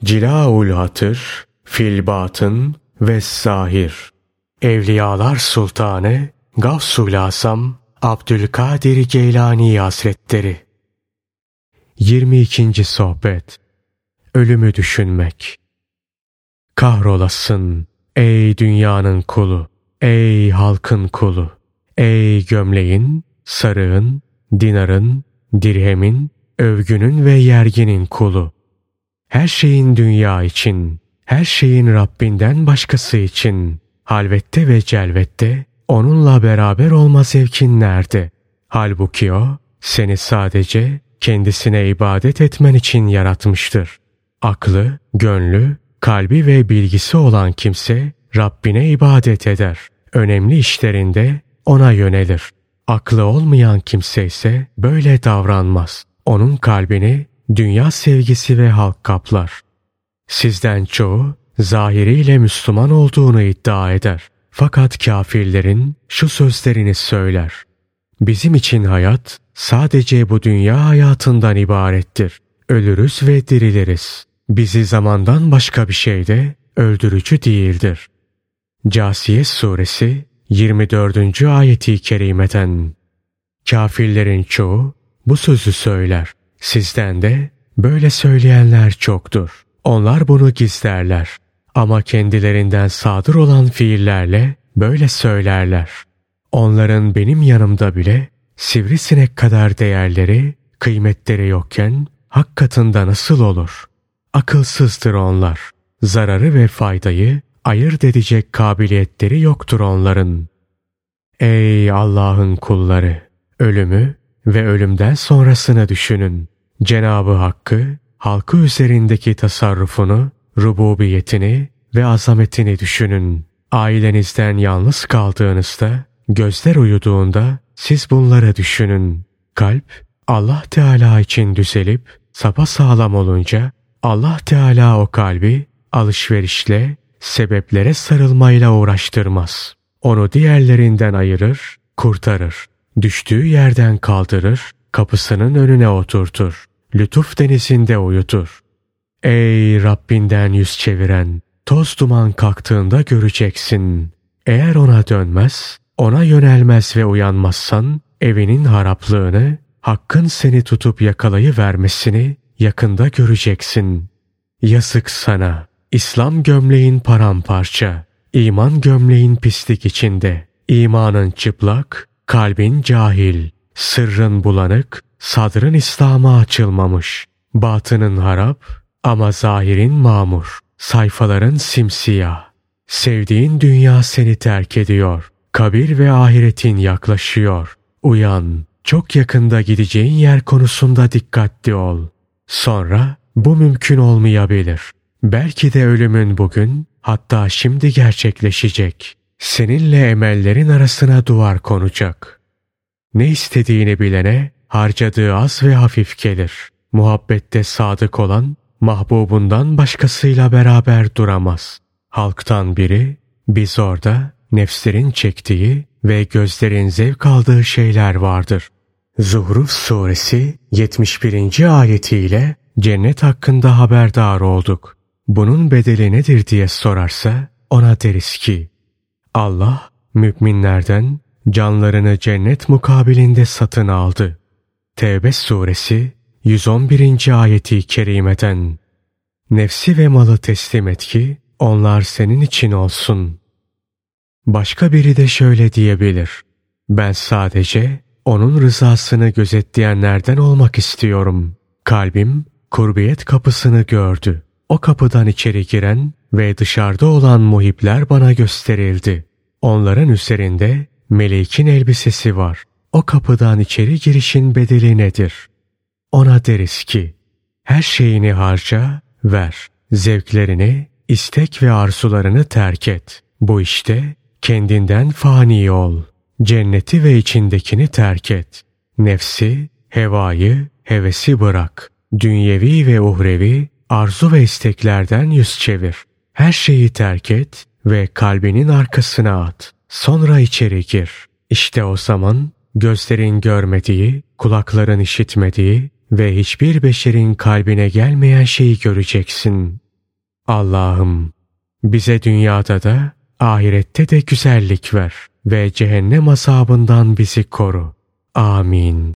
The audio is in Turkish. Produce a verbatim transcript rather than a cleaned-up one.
Cilaul Hatır, Fil Batın ve Zahir. Evliyalar Sultanı Gavsul Asam Abdülkadir Geylani Hazretleri. yirmi ikinci Sohbet. Ölümü düşünmek. Kahrolasın ey dünyanın kulu, ey halkın kulu, ey gömleğin, sarığın, dinarın, dirhemin, övgünün ve yerginin kulu. Her şeyin dünya için, her şeyin Rabbinden başkası için, halvette ve celvette onunla beraber olma zevkin nerede? Halbuki o, seni sadece kendisine ibadet etmen için yaratmıştır. Aklı, gönlü, kalbi ve bilgisi olan kimse Rabbine ibadet eder. Önemli işlerinde ona yönelir. Aklı olmayan kimse ise böyle davranmaz. Onun kalbini dünya sevgisi ve halk kaplar. Sizden çoğu zahiriyle Müslüman olduğunu iddia eder. Fakat kâfirlerin şu sözlerini söyler. Bizim için hayat sadece bu dünya hayatından ibarettir. Ölürüz ve diriliriz. Bizi zamandan başka bir şey de öldürücü değildir. Câsiye suresi yirmi dördüncü ayeti kerimeden. Kâfirlerin çoğu bu sözü söyler. Sizden de böyle söyleyenler çoktur. Onlar bunu gizlerler. Ama kendilerinden sadır olan fiillerle böyle söylerler. Onların benim yanımda bile sivrisinek kadar değerleri, kıymetleri yokken hak katında nasıl olur? Akılsızdır onlar. Zararı ve faydayı ayırt edecek kabiliyetleri yoktur onların. Ey Allah'ın kulları! Ölümü ve ölümden sonrasını düşünün. Cenab-ı Hakk'ı, halkı üzerindeki tasarrufunu, rububiyetini ve azametini düşünün. Ailenizden yalnız kaldığınızda, gözler uyuduğunda siz bunları düşünün. Kalp, Allah Teala için düzelip sapasağlam olunca, Allah Teala o kalbi alışverişle, sebeplere sarılmayla uğraştırmaz. Onu diğerlerinden ayırır, kurtarır. Düştüğü yerden kaldırır, kapısının önüne oturtur. Lütuf denizinde uyutur. Ey Rabbinden yüz çeviren, toz duman kalktığında göreceksin. Eğer ona dönmez, ona yönelmez ve uyanmazsan, evinin haraplığını, Hakk'ın seni tutup yakalayıvermesini yakında göreceksin. Yazık sana, İslam gömleğin paramparça, iman gömleğin pislik içinde, imanın çıplak, kalbin cahil, sırrın bulanık, sadrın İslam'a açılmamış, batının harap ama zahirin mamur, sayfaların simsiyah. Sevdiğin dünya seni terk ediyor, kabir ve ahiretin yaklaşıyor. Uyan, çok yakında gideceğin yer konusunda dikkatli ol. Sonra bu mümkün olmayabilir. Belki de ölümün bugün, hatta şimdi gerçekleşecek. Seninle emellerin arasına duvar konacak. Ne istediğini bilene harcadığı az ve hafif gelir. Muhabbette sadık olan mahbubundan başkasıyla beraber duramaz. Halktan biri, biz orada nefslerin çektiği ve gözlerin zevk aldığı şeyler vardır. Zuhruf suresi yetmiş birinci ayetiyle cennet hakkında haberdar olduk. Bunun bedeli nedir diye sorarsa ona deriz ki, Allah müminlerden canlarını cennet mukabilinde satın aldı. Tevbe suresi yüz on birinci ayeti kerimeden. Nefsi ve malı teslim et ki onlar senin için olsun. Başka biri de şöyle diyebilir. Ben sadece onun rızasını gözetleyenlerden olmak istiyorum. Kalbim kurbiyet kapısını gördü. O kapıdan içeri giren ve dışarıda olan muhipler bana gösterildi. Onların üzerinde melekin elbisesi var. O kapıdan içeri girişin bedeli nedir? Ona deriz ki, her şeyini harca, ver. Zevklerini, istek ve arzularını terk et. Bu işte kendinden fani ol. Cenneti ve içindekini terk et. Nefsi, hevayı, hevesi bırak. Dünyevi ve uhrevi, arzu ve isteklerden yüz çevir. Her şeyi terk et ve kalbinin arkasına at. Sonra içeri gir. İşte o zaman gözlerin görmediği, kulakların işitmediği ve hiçbir beşerin kalbine gelmeyen şeyi göreceksin. Allah'ım bize dünyada da ahirette de güzellik ver ve cehennem azabından bizi koru. Amin.